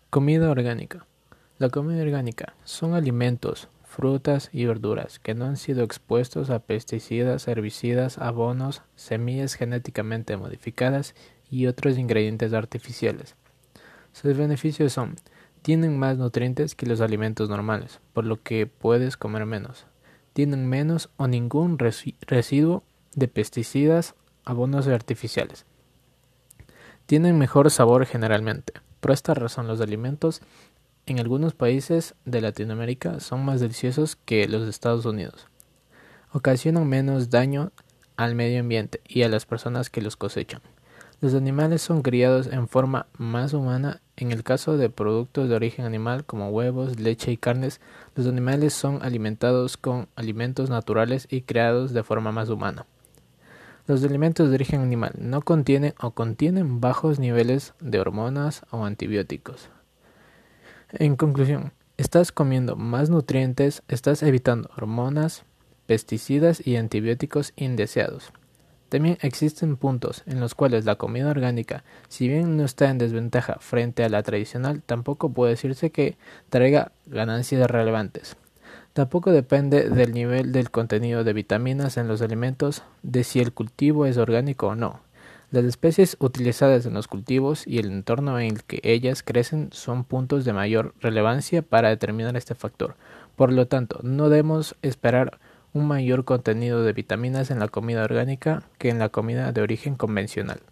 Comida orgánica. La comida orgánica son alimentos, frutas y verduras que no han sido expuestos a pesticidas, herbicidas, abonos, semillas genéticamente modificadas y otros ingredientes artificiales. Sus beneficios son: tienen más nutrientes que los alimentos normales, por lo que puedes comer menos. Tienen menos o ningún residuo de pesticidas, abonos artificiales. Tienen mejor sabor generalmente. Por esta razón, los alimentos en algunos países de Latinoamérica son más deliciosos que los de Estados Unidos. Ocasionan menos daño al medio ambiente y a las personas que los cosechan. Los animales son criados en forma más humana. En el caso de productos de origen animal como huevos, leche y carnes, los animales son alimentados con alimentos naturales y creados de forma más humana. Los alimentos de origen animal no contienen o contienen bajos niveles de hormonas o antibióticos. En conclusión, estás comiendo más nutrientes, estás evitando hormonas, pesticidas y antibióticos indeseados. También existen puntos en los cuales la comida orgánica, si bien no está en desventaja frente a la tradicional, tampoco puede decirse que traiga ganancias relevantes. Tampoco depende del nivel del contenido de vitaminas en los alimentos, de si el cultivo es orgánico o no. Las especies utilizadas en los cultivos y el entorno en el que ellas crecen son puntos de mayor relevancia para determinar este factor. Por lo tanto, no debemos esperar un mayor contenido de vitaminas en la comida orgánica que en la comida de origen convencional.